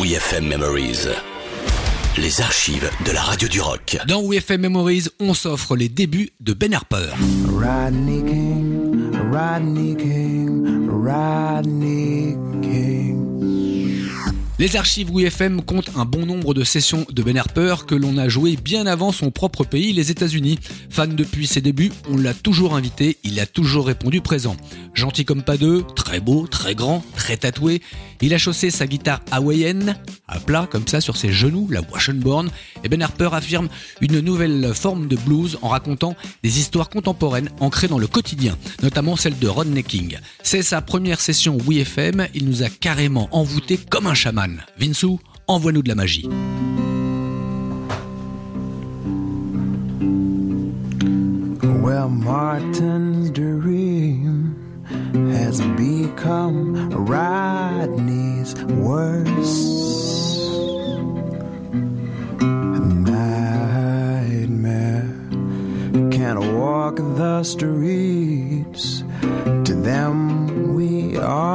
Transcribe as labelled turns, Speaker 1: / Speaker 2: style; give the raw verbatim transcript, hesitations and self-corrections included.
Speaker 1: We F M Memories. Les archives de la radio du rock.
Speaker 2: Dans We F M Memories, on s'offre les débuts de Ben Harper.
Speaker 3: Rodney King, Rodney King, Rodney King.
Speaker 2: Les archives We F M comptent un bon nombre de sessions de Ben Harper que l'on a joué bien avant son propre pays, les États-Unis. Fan depuis ses débuts, on l'a toujours invité, il a toujours répondu présent. Gentil comme pas deux, très beau, très grand, très tatoué. Il a chaussé sa guitare hawaïenne, à plat comme ça sur ses genoux, la Washington. Et Ben Harper affirme une nouvelle forme de blues en racontant des histoires contemporaines ancrées dans le quotidien, notamment celle de Rodney King. C'est sa première session We F M, il nous a carrément envoûtés comme un chaman. Vinsou, envoie-nous de la magie.
Speaker 3: Well, Martin's dream has become Rodney's worst nightmare. Can't walk the streets, to them we are